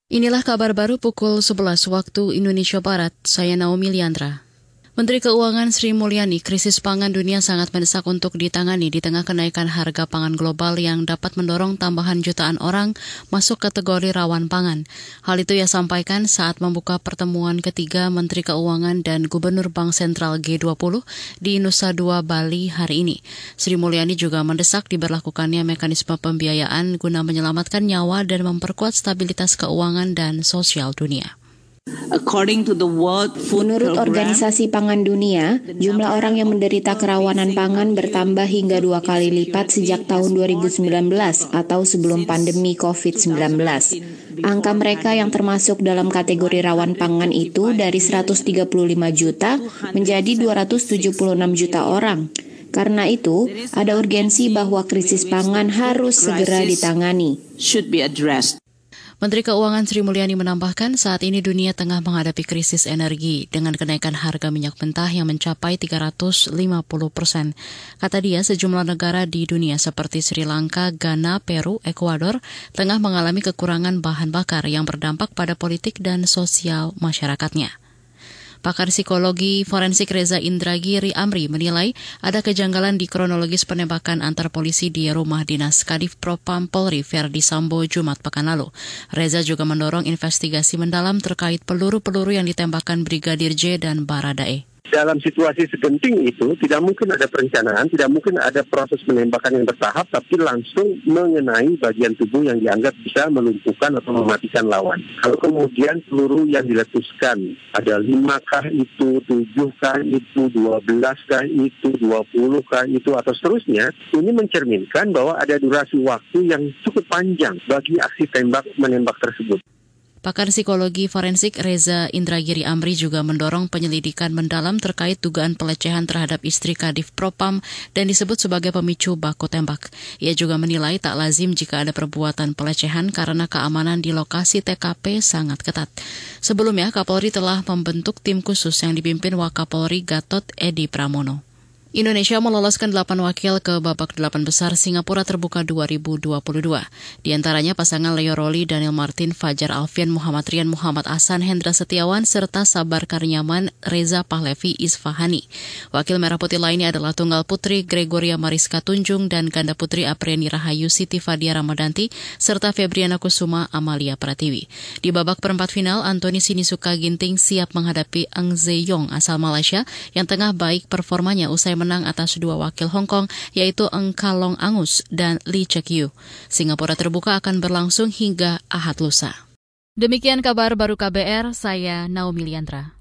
Inilah kabar baru pukul 11 waktu Indonesia Barat. Saya Naomi Liandra. Menteri Keuangan Sri Mulyani, krisis pangan dunia sangat mendesak untuk ditangani di tengah kenaikan harga pangan global yang dapat mendorong tambahan jutaan orang masuk kategori rawan pangan. Hal itu ia sampaikan saat membuka pertemuan ketiga Menteri Keuangan dan Gubernur Bank Sentral G20 di Nusa Dua, Bali hari ini. Sri Mulyani juga mendesak diberlakukannya mekanisme pembiayaan guna menyelamatkan nyawa dan memperkuat stabilitas keuangan dan sosial dunia. Menurut Organisasi Pangan Dunia, jumlah orang yang menderita kerawanan pangan bertambah hingga 2 kali lipat sejak tahun 2019 atau sebelum pandemi COVID-19. Angka mereka yang termasuk dalam kategori rawan pangan itu dari 135 juta menjadi 276 juta orang. Karena itu, ada urgensi bahwa krisis pangan harus segera ditangani. Menteri Keuangan Sri Mulyani menambahkan saat ini dunia tengah menghadapi krisis energi dengan kenaikan harga minyak mentah yang mencapai 350%. Kata dia, sejumlah negara di dunia seperti Sri Lanka, Ghana, Peru, Ekuador tengah mengalami kekurangan bahan bakar yang berdampak pada politik dan sosial masyarakatnya. Pakar psikologi forensik Reza Indragiri Amri menilai ada kejanggalan di kronologis penembakan antar polisi di rumah dinas Kadif Propam Polri Verdi Sambo Jumat pekan lalu. Reza juga mendorong investigasi mendalam terkait peluru-peluru yang ditembakkan Brigadir J dan Baradae. Dalam situasi segenting itu, tidak mungkin ada perencanaan, tidak mungkin ada proses penembakan yang bertahap, tapi langsung mengenai bagian tubuh yang dianggap bisa melumpuhkan atau mematikan lawan. Kalau kemudian peluru yang diletuskan, ada 5-kah itu, 7-kah itu, 12-kah itu, 20-kah itu, atau seterusnya, ini mencerminkan bahwa ada durasi waktu yang cukup panjang bagi aksi tembak-menembak tersebut. Pakar psikologi forensik Reza Indragiri Amri juga mendorong penyelidikan mendalam terkait dugaan pelecehan terhadap istri Kadif Propam dan disebut sebagai pemicu baku tembak. Ia juga menilai tak lazim jika ada perbuatan pelecehan karena keamanan di lokasi TKP sangat ketat. Sebelumnya, Kapolri telah membentuk tim khusus yang dipimpin Wakapolri Gatot Edi Pramono. Indonesia meloloskan 8 wakil ke babak 8 besar Singapura Terbuka 2022. Di antaranya pasangan Leo Roli, Daniel Martin, Fajar Alfian, Muhammad Rian, Muhammad Ahsan, Hendra Setiawan, serta Sabar Karyaman, Reza Pahlevi Isfahani. Wakil Merah Putih lainnya adalah tunggal putri Gregoria Mariska Tunjung dan ganda putri Apriani Rahayu Siti Fadia Ramadanti, serta Febriana Kusuma Amalia Pratiwi. Di babak perempat final, Antoni Sinisuka Ginting siap menghadapi Ang Zeyong asal Malaysia yang tengah baik performanya usai menang atas 2 wakil Hong Kong, yaitu Eng Kalong Angus dan Lee Chek Yu. Singapura Terbuka akan berlangsung hingga Ahad lusa. Demikian kabar baru KBR, saya Naomi Liandra.